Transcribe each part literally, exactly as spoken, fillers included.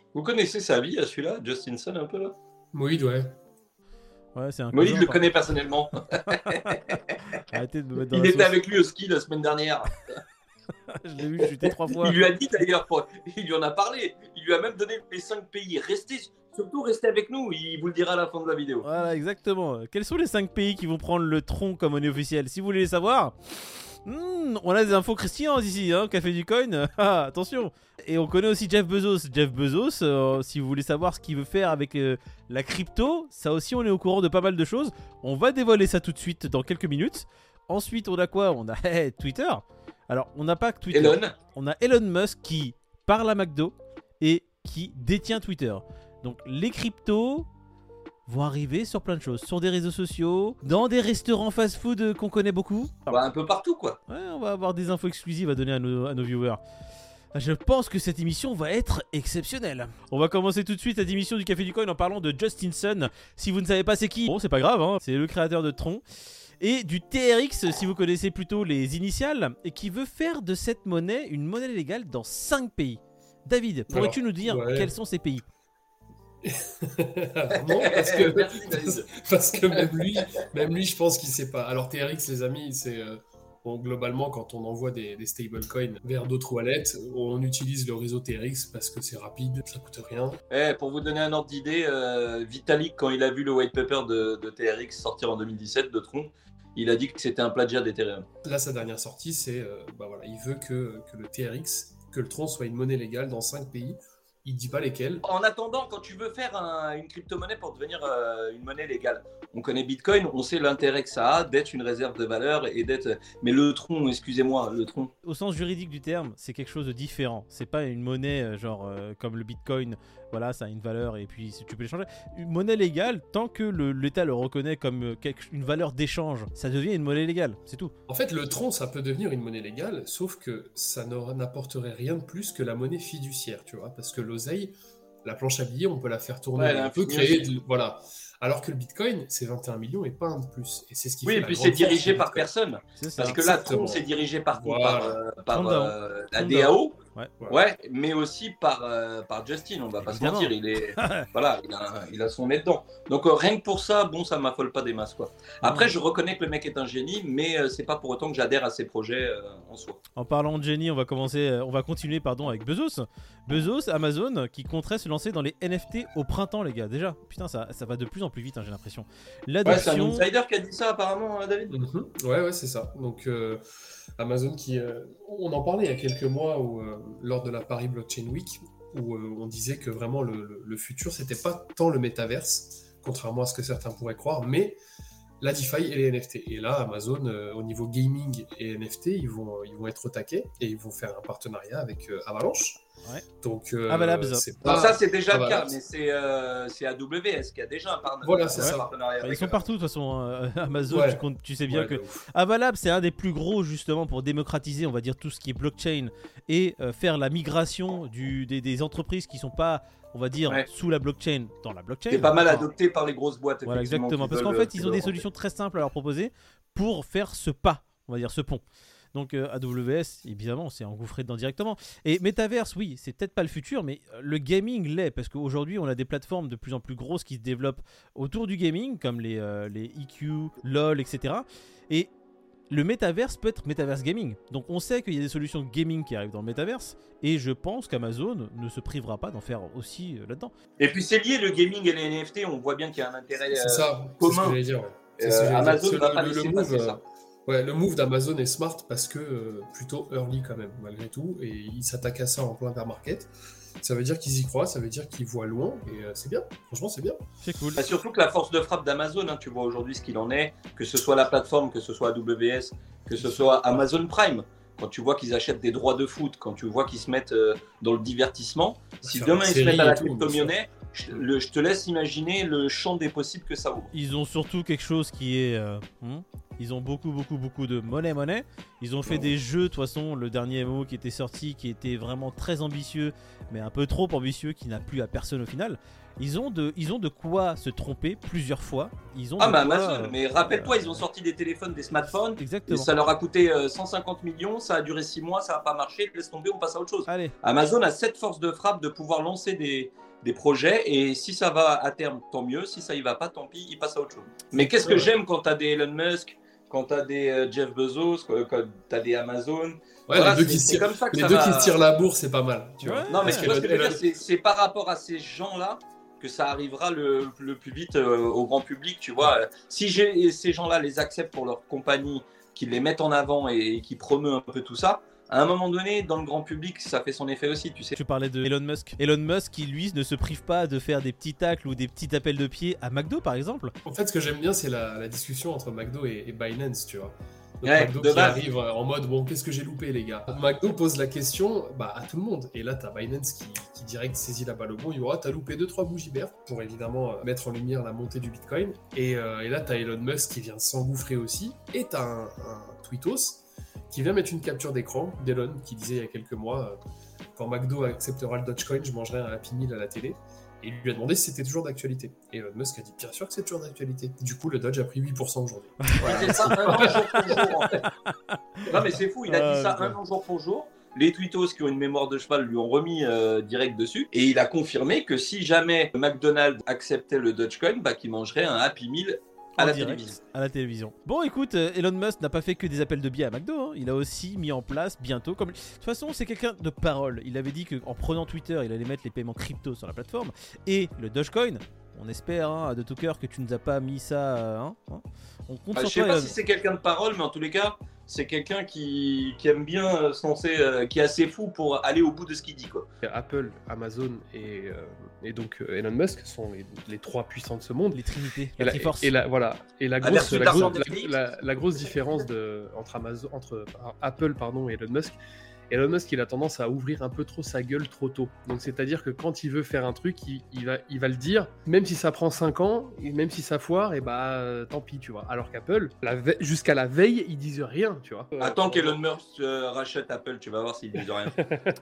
Vous connaissez sa vie à celui-là, Justinson, un peu là? Moïd, ouais. Ouais, c'est un Moïd cousin, le par- connaît personnellement. Arrêtez de me mettre dans Il la était sauce. avec lui au ski la semaine dernière. Je l'ai vu chuter trois fois. Il lui a dit d'ailleurs, pour- il lui en a parlé. Il lui a même donné les cinq pays. Restez, surtout restez avec nous. Il vous le dira à la fin de la vidéo. Voilà, exactement. Quels sont les cinq pays qui vont prendre le tronc comme monnaie officielle? Si vous voulez les savoir, hmm, on a des infos croustillantes ici, hein, Café du Coin. Ah, attention. Et on connaît aussi Jeff Bezos. Jeff Bezos, euh, si vous voulez savoir ce qu'il veut faire avec euh, la crypto, ça aussi, on est au courant de pas mal de choses. On va dévoiler ça tout de suite dans quelques minutes. Ensuite, on a quoi? On a Twitter. Alors, on n'a pas que Twitter. Elon. On a Elon Musk qui parle à McDo et qui détient Twitter. Donc les cryptos vont arriver sur plein de choses, sur des réseaux sociaux, dans des restaurants fast-food qu'on connaît beaucoup. Bah, un peu partout, quoi. Ouais, on va avoir des infos exclusives à donner à nos, à nos viewers. Je pense que cette émission va être exceptionnelle. On va commencer tout de suite cette émission du Café du Coin en parlant de Justin Sun. Si vous ne savez pas c'est qui, bon c'est pas grave, hein, c'est le créateur de Tron. Et du T R X, si vous connaissez plutôt les initiales, et qui veut faire de cette monnaie une monnaie légale dans cinq pays. David, pourrais-tu nous dire ouais. quels sont ces pays? Alors non, parce que, Merci, David. parce que même lui, même lui, je pense qu'il sait pas. Alors T R X, les amis, c'est euh, bon, globalement quand on envoie des, des stablecoins vers d'autres wallets, on utilise le réseau T R X parce que c'est rapide, ça coûte rien. Eh, pour vous donner un ordre d'idée, euh, Vitalik, quand il a vu le white paper de, de T R X sortir en deux mille dix-sept de Tron, il a dit que c'était un plagiat d'Ethereum. Là, sa dernière sortie, c'est, euh, bah voilà, il veut que, que le T R X, que le Tron soit une monnaie légale dans cinq pays. Il dit pas lesquels. En attendant, quand tu veux faire un, une crypto-monnaie pour devenir euh, une monnaie légale, on connaît Bitcoin, on sait l'intérêt que ça a d'être une réserve de valeur et d'être. Mais le Tron, excusez-moi, le Tron. Au sens juridique du terme, c'est quelque chose de différent. C'est pas une monnaie euh, genre euh, comme le Bitcoin. Voilà, ça a une valeur et puis tu peux l'échanger. Une monnaie légale, tant que le, l'État le reconnaît comme euh, quelque, une valeur d'échange, ça devient une monnaie légale, c'est tout. En fait, le Tron, ça peut devenir une monnaie légale, sauf que ça n'apporterait rien de plus que la monnaie fiduciaire, tu vois, parce que l'oseille, la planche à billets, on peut la faire tourner, Ouais, on peut créer, de, voilà. Alors que le Bitcoin, c'est vingt et un millions et pas un de plus. Et c'est ce qui oui, fait et la puis grande c'est force dirigé du par Bitcoin. personne. C'est ça. Parce que là, Exactement. Tron, c'est dirigé par, Voilà. par, euh, par Tron euh, la Tron D A O. Ouais. Ouais, mais aussi par, euh, par Justin, on va pas Évidemment. se mentir, il est voilà, il a, il a son nez dedans. Donc euh, rien que pour ça, bon, ça m'affole pas des masses quoi. Après, Ouais. je reconnais que le mec est un génie, mais euh, c'est pas pour autant que j'adhère à ses projets euh, en soi. En parlant de génie, on va commencer, euh, on va continuer pardon avec Bezos. Bezos, Amazon, qui compterait se lancer dans les N F T au printemps, les gars. Déjà, putain, ça, ça va de plus en plus vite, hein, j'ai l'impression. Ouais, c'est un L'adoption. insider qui a dit ça apparemment, hein, David. Mhm. Ouais, ouais, c'est ça. Donc, euh, Amazon qui. euh, on en parlait il y a quelques mois où, euh, lors de la Paris Blockchain Week, où euh, on disait que vraiment le, le, le futur, c'était pas tant le métaverse, contrairement à ce que certains pourraient croire, mais la DeFi et les N F T. Et là, Amazon, euh, au niveau gaming et N F T, ils vont, ils vont être au taquet et ils vont faire un partenariat avec euh, Avalanche. Ouais. Donc, euh, Avalabs. c'est Non, pas... ça c'est déjà le cas, Avalabs. mais c'est euh, c'est A W S qui a déjà un, parna- Voilà, c'est un ça. partenariat. Bah, ils avec sont eux. partout de toute façon, hein. Amazon, Ouais. tu, comptes- tu sais bien Ouais, que de ouf. Avalab, c'est un des plus gros justement pour démocratiser, on va dire, tout ce qui est blockchain et euh, faire la migration du, des, des entreprises qui sont pas, on va dire, Ouais. sous la blockchain dans la blockchain. C'est pas mal Enfin, adopté par les grosses boîtes. Voilà, effectivement, exactement. qui Parce qu'en veulent- fait, qui ils ont veulent des rentrer. solutions très simples à leur proposer pour faire ce pas, on va dire, ce pont. Donc euh, A W S, évidemment, c'est engouffré dedans directement. Et Metaverse, oui, c'est peut-être pas le futur, mais euh, le gaming l'est, parce qu'aujourd'hui, on a des plateformes de plus en plus grosses qui se développent autour du gaming, comme les, euh, les E Q, LoL, et cetera. Et le Metaverse peut être Metaverse Gaming. Donc on sait qu'il y a des solutions gaming qui arrivent dans le Metaverse, et je pense qu'Amazon ne se privera pas d'en faire aussi euh, là-dedans. Et puis c'est lié, le gaming et les N F T, on voit bien qu'il y a un intérêt C'est euh, ça, c'est ce que commun. j'allais dire. Ouais. C'est Euh, ce que j'allais dire. Amazon C'est va le- pas le- le laisser move, passer euh, ça. Ouais, le move d'Amazon est smart parce que euh, plutôt early quand même, malgré tout, et ils s'attaquent à ça en plein bear market. Ça veut dire qu'ils y croient, ça veut dire qu'ils voient loin, et euh, c'est bien, franchement c'est bien. C'est cool. Bah, surtout que la force de frappe d'Amazon, hein, tu vois aujourd'hui ce qu'il en est, que ce soit la plateforme, que ce soit A W S, que ce soit Amazon Prime. Quand tu vois qu'ils achètent des droits de foot, quand tu vois qu'ils se mettent euh, dans le divertissement, si Faire demain une ils se série mettent à la et tout, crypto-monnaie, je, le- je te laisse imaginer le champ des possibles que ça ouvre. Ils ont surtout quelque chose qui est euh, hmm, Ils ont beaucoup, beaucoup, beaucoup de monnaie, monnaie. Ils ont fait des jeux, de toute façon, le dernier M M O qui était sorti, qui était vraiment très ambitieux, mais un peu trop ambitieux, qui n'a plu à personne au final. Ils ont de, ils ont de quoi se tromper plusieurs fois. Ils ont ah, mais quoi, Amazon, euh, mais rappelle-toi, euh, ils ont sorti des téléphones, des smartphones. Exactement. Et ça leur a coûté euh, cent cinquante millions, ça a duré six mois, ça n'a pas marché, laisse tomber, on passe à autre chose. Allez. Amazon a cette force de frappe de pouvoir lancer des, des projets et si ça va à terme, tant mieux. Si ça y va pas, tant pis, il passe à autre chose. Mais qu'est-ce que ouais. j'aime quand tu as des Elon Musk, quand tu as des euh, Jeff Bezos, quand tu as des Amazon. Ouais, voilà, les deux, c'est, qui se, c'est tirent, comme ça que les ça deux va... qui se tirent la bourre, c'est pas mal. Tu Ouais. vois. Non, mais Parce tu vois ce que je veux Elon- dire, c'est, c'est par rapport à ces gens-là que ça arrivera le, le plus vite euh, au grand public, tu vois. Si j'ai, ces gens-là les acceptent pour leur compagnie, qu'ils les mettent en avant et, et qui promeut un peu tout ça, à un moment donné, dans le grand public, ça fait son effet aussi, tu sais. Tu parlais de Elon Musk. Elon Musk qui, lui, ne se prive pas de faire des petits tacles ou des petits appels de pied à McDo, par exemple. En fait, ce que j'aime bien, c'est la, la discussion entre McDo et, et Binance, tu vois. Donc, Ouais, McDo de qui base. arrive en mode, bon, qu'est-ce que j'ai loupé, les gars? McDo pose la question bah, à tout le monde. Et là, t'as Binance qui, qui direct saisit la balle au bon. Il y aura, t'as loupé deux trois bougies vertes pour évidemment euh, mettre en lumière la montée du Bitcoin. Et, euh, et là, t'as Elon Musk qui vient s'engouffrer aussi. Et t'as un, un tweetos qui vient mettre une capture d'écran d'Elon qui disait il y a quelques mois euh, quand McDo acceptera le Dogecoin, je mangerai un Happy Meal à la télé. Et il lui a demandé si c'était toujours d'actualité. Et Elon Musk a dit bien sûr que c'est toujours d'actualité. Du coup, le Dodge a pris huit pour cent aujourd'hui. Il dit ça un an jour pour jour, en fait. Non, mais c'est fou, il a Ah, dit ça putain. un an jour pour jour. Les tweetos qui ont une mémoire de cheval lui ont remis euh, direct dessus. Et il a confirmé que si jamais McDonald's acceptait le Dogecoin, bah, qu'il mangerait un Happy Meal à En la direct, télévision. à la télévision. Bon, écoute, euh, Elon Musk n'a pas fait que des appels de biais à McDo. Hein. Il a aussi mis en place bientôt. Comme... De toute façon, c'est quelqu'un de parole. Il avait dit qu'en prenant Twitter, il allait mettre les paiements crypto sur la plateforme. Et le Dogecoin, on espère hein, de tout cœur que tu nous as pas mis ça. euh, Hein, hein. On compte Ah, je sur sais toi, pas Elon. si c'est quelqu'un de parole, mais en tous les cas, c'est quelqu'un qui, qui aime bien euh, se lancer, euh, qui est assez fou pour aller au bout de ce qu'il dit, quoi. Apple, Amazon et, euh, et donc euh, Elon Musk sont les, les trois puissants de ce monde. Les Trinités, Et la la, Triforce. et la- voilà. Et la grosse, vertu de la, l'argent grosse- de la- Netflix. la- la grosse différence de, entre, Amazon, entre par- Apple pardon, et Elon Musk, Elon Musk il a tendance à ouvrir un peu trop sa gueule trop tôt. Donc c'est-à-dire que quand il veut faire un truc, il, il va, il va le dire, même si ça prend cinq ans, et même si ça foire, et bah euh, tant pis, tu vois. Alors qu'Apple, la ve- jusqu'à la veille, ils disent rien, tu vois. Attends qu'Elon Musk euh, rachète Apple, tu vas voir s'il ne dit rien.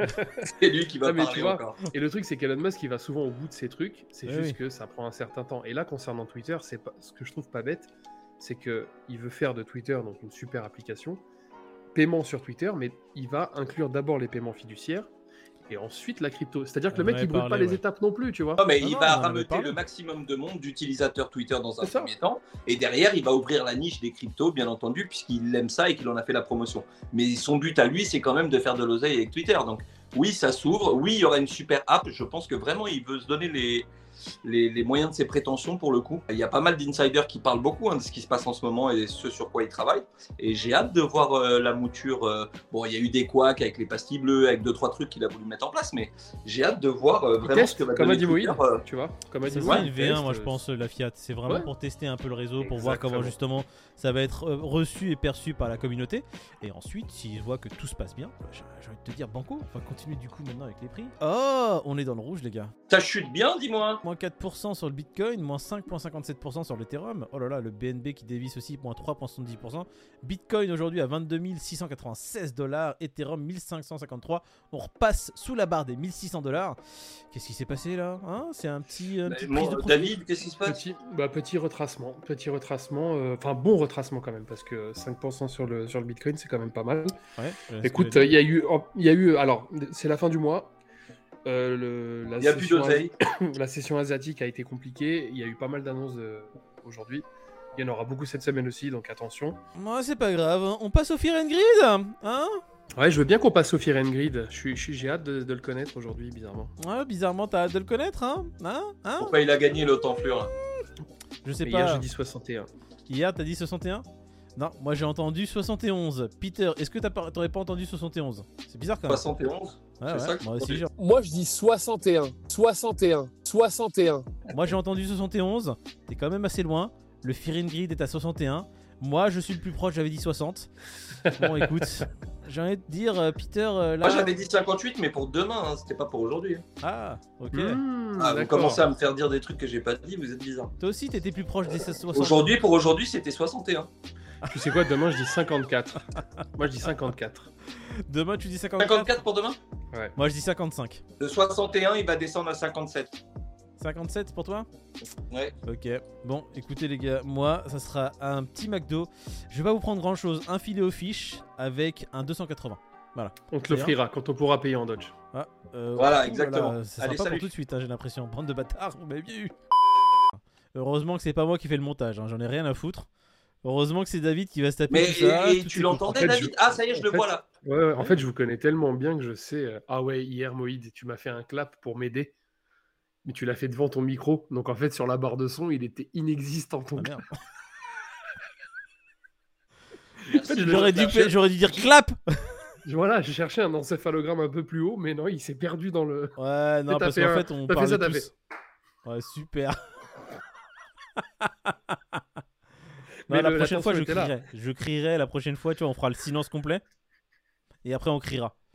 C'est lui qui va Ah, mais parler tu vois, encore. Et le truc, c'est qu'Elon Musk, il va souvent au bout de ses trucs. C'est Oui, juste oui. que ça prend un certain temps. Et là, concernant Twitter, c'est pas ce que je trouve pas bête, c'est que il veut faire de Twitter donc une super application, paiement sur Twitter, mais il va inclure d'abord les paiements fiduciaires et ensuite la crypto. C'est-à-dire que On le mec, en il avait brûle parlé, pas les ouais. étapes non plus, tu vois. Non, mais Non, il non, va on en avait rameuter parlé. le maximum de monde d'utilisateurs Twitter dans un C'est ça. premier temps. Et derrière, il va ouvrir la niche des cryptos, bien entendu, puisqu'il aime ça et qu'il en a fait la promotion. Mais son but à lui, c'est quand même de faire de l'oseille avec Twitter. Donc, oui, ça s'ouvre. Oui, il y aura une super app. Je pense que vraiment, il veut se donner les, les, les moyens de ses prétentions pour le coup. Il y a pas mal d'insiders qui parlent beaucoup hein, de ce qui se passe en ce moment et ce sur quoi il travaille. Et j'ai hâte de voir euh, la mouture. euh, Bon, il y a eu des couacs avec les pastilles bleues, avec deux, trois trucs qu'il a voulu mettre en place. Mais j'ai hâte de voir euh, Il vraiment test, ce que va comme donner Adimoïd, Twitter. euh, tu vois. Comme Ça Adimoïd, sera il une V un, teste, moi je euh, pense, la Fiat. C'est vraiment Ouais. pour tester un peu le réseau, pour voir Exactement. comment justement ça va être euh, reçu et perçu par la communauté. Et ensuite, s'ils voient que tout se passe bien, bah, j'ai j'ai envie de te dire banco. Enfin, continue du coup maintenant avec les prix. Oh, on est dans le rouge, les gars. Ça chute bien, dis-moi. Moins quatre pour cent sur le Bitcoin, moins cinq virgule cinquante-sept pour cent sur l'Ethereum. Oh là là, le B N B qui dévisse aussi, moins trois virgule soixante-dix pour cent. Bitcoin aujourd'hui à vingt-deux mille six cent quatre-vingt-seize dollars, Ethereum mille cinq cent cinquante-trois. On repasse sous la barre des mille six cents dollars. Qu'est-ce qui s'est passé là hein C'est un petit, un petit Bon, prise de profit. David, qu'est-ce qui se passe? Petit, bah, petit retracement, petit retracement, euh, enfin bon retracement quand même, parce que cinq pour cent sur le, sur le Bitcoin, c'est quand même pas mal. Ouais, euh, Écoute, ce que il y a eu, oh, il y a eu, alors c'est la fin du mois. Euh, le, la, Il n'y a plus session d'oseille. asi- la session asiatique a été compliquée. Il y a eu pas mal d'annonces euh, aujourd'hui. Il y en aura beaucoup cette semaine aussi, donc attention. j'ai dit. Ouais, c'est pas grave. On passe au Fear and Greed hein Ouais, je veux bien qu'on passe au Fear and Greed. Je suis, je suis- j'ai hâte de, de le connaître aujourd'hui, bizarrement. Ouais, bizarrement, t'as hâte de le connaître, hein Hein, hein Pourquoi il a gagné le temps fleur? Je sais Mais pas. hier, j'ai dit soixante et un. Hier, t'as dit soixante et un? Non, moi j'ai entendu soixante et onze. Peter, est-ce que t'as pas- t'aurais pas entendu soixante et onze? C'est bizarre quand même. soixante et onze. Ouais, c'est ouais, ça que moi je aussi, j'ai... Moi, je dis soixante et un, soixante et un, soixante et un. moi j'ai entendu soixante et onze. T'es quand même assez loin. Le Fear and Greed est à soixante et un. Moi je suis le plus proche, j'avais dit soixante. Bon, écoute, j'ai envie de dire, euh, Peter, euh, là. Moi j'avais dit cinquante-huit, mais pour demain, hein, c'était pas pour aujourd'hui. hein. Ah, ok. Mmh, Ah, vous d'accord. commencez à me faire dire des trucs que j'ai pas dit, vous êtes bizarre. Toi aussi, t'étais plus proche des soixante. Aujourd'hui, pour aujourd'hui, c'était soixante et un. Tu sais quoi, demain je dis cinquante-quatre. Moi je dis cinquante-quatre. Demain, tu dis cinquante-quatre. cinquante-quatre pour demain. Moi, je dis cinquante-cinq. De soixante et un, il va descendre à cinquante-sept. cinquante-sept pour toi? Ouais. Ok. Bon, écoutez les gars, moi, ça sera un petit McDo. Je vais pas vous prendre grand chose. Un filet aux fiches avec un deux cent quatre-vingts. Voilà. On te l'offrira quand on pourra payer en Dodge. Ah, euh, Voilà, ouh, exactement. Là, ça Allez, sera pas salut. pour tout de suite, hein, j'ai l'impression. Bande de bâtards, vous m'avez bien eu. Heureusement que c'est pas moi qui fais le montage, hein, j'en ai rien à foutre. Heureusement que c'est David qui va se taper Mais tout ça. et, et tout tu est l'entendais, En fait, David? je- Ah, ça y est, je en le fait- vois là. Ouais, ouais, en fait, je vous connais tellement bien que je sais. euh, Ah ouais, hier, Moïd, tu m'as fait un clap pour m'aider. Mais tu l'as fait devant ton micro. Donc en fait, sur la barre de son, il était inexistant ton Ah, clap. merde. Merci, fait, je le J'aurais dû, clap. j'aurais dû dire clap. Voilà, j'ai cherché un encéphalogramme un peu plus haut, mais non, il s'est perdu dans le. Ouais, non, t'as parce fait qu'en un- fait, on t'as fait parlait ça, t'as tous. Ouais, super. Mais Non, la le- prochaine fois, je l'attention était là. crierai. Je crierai la prochaine fois, tu vois, on fera le silence complet. Et après, on criera.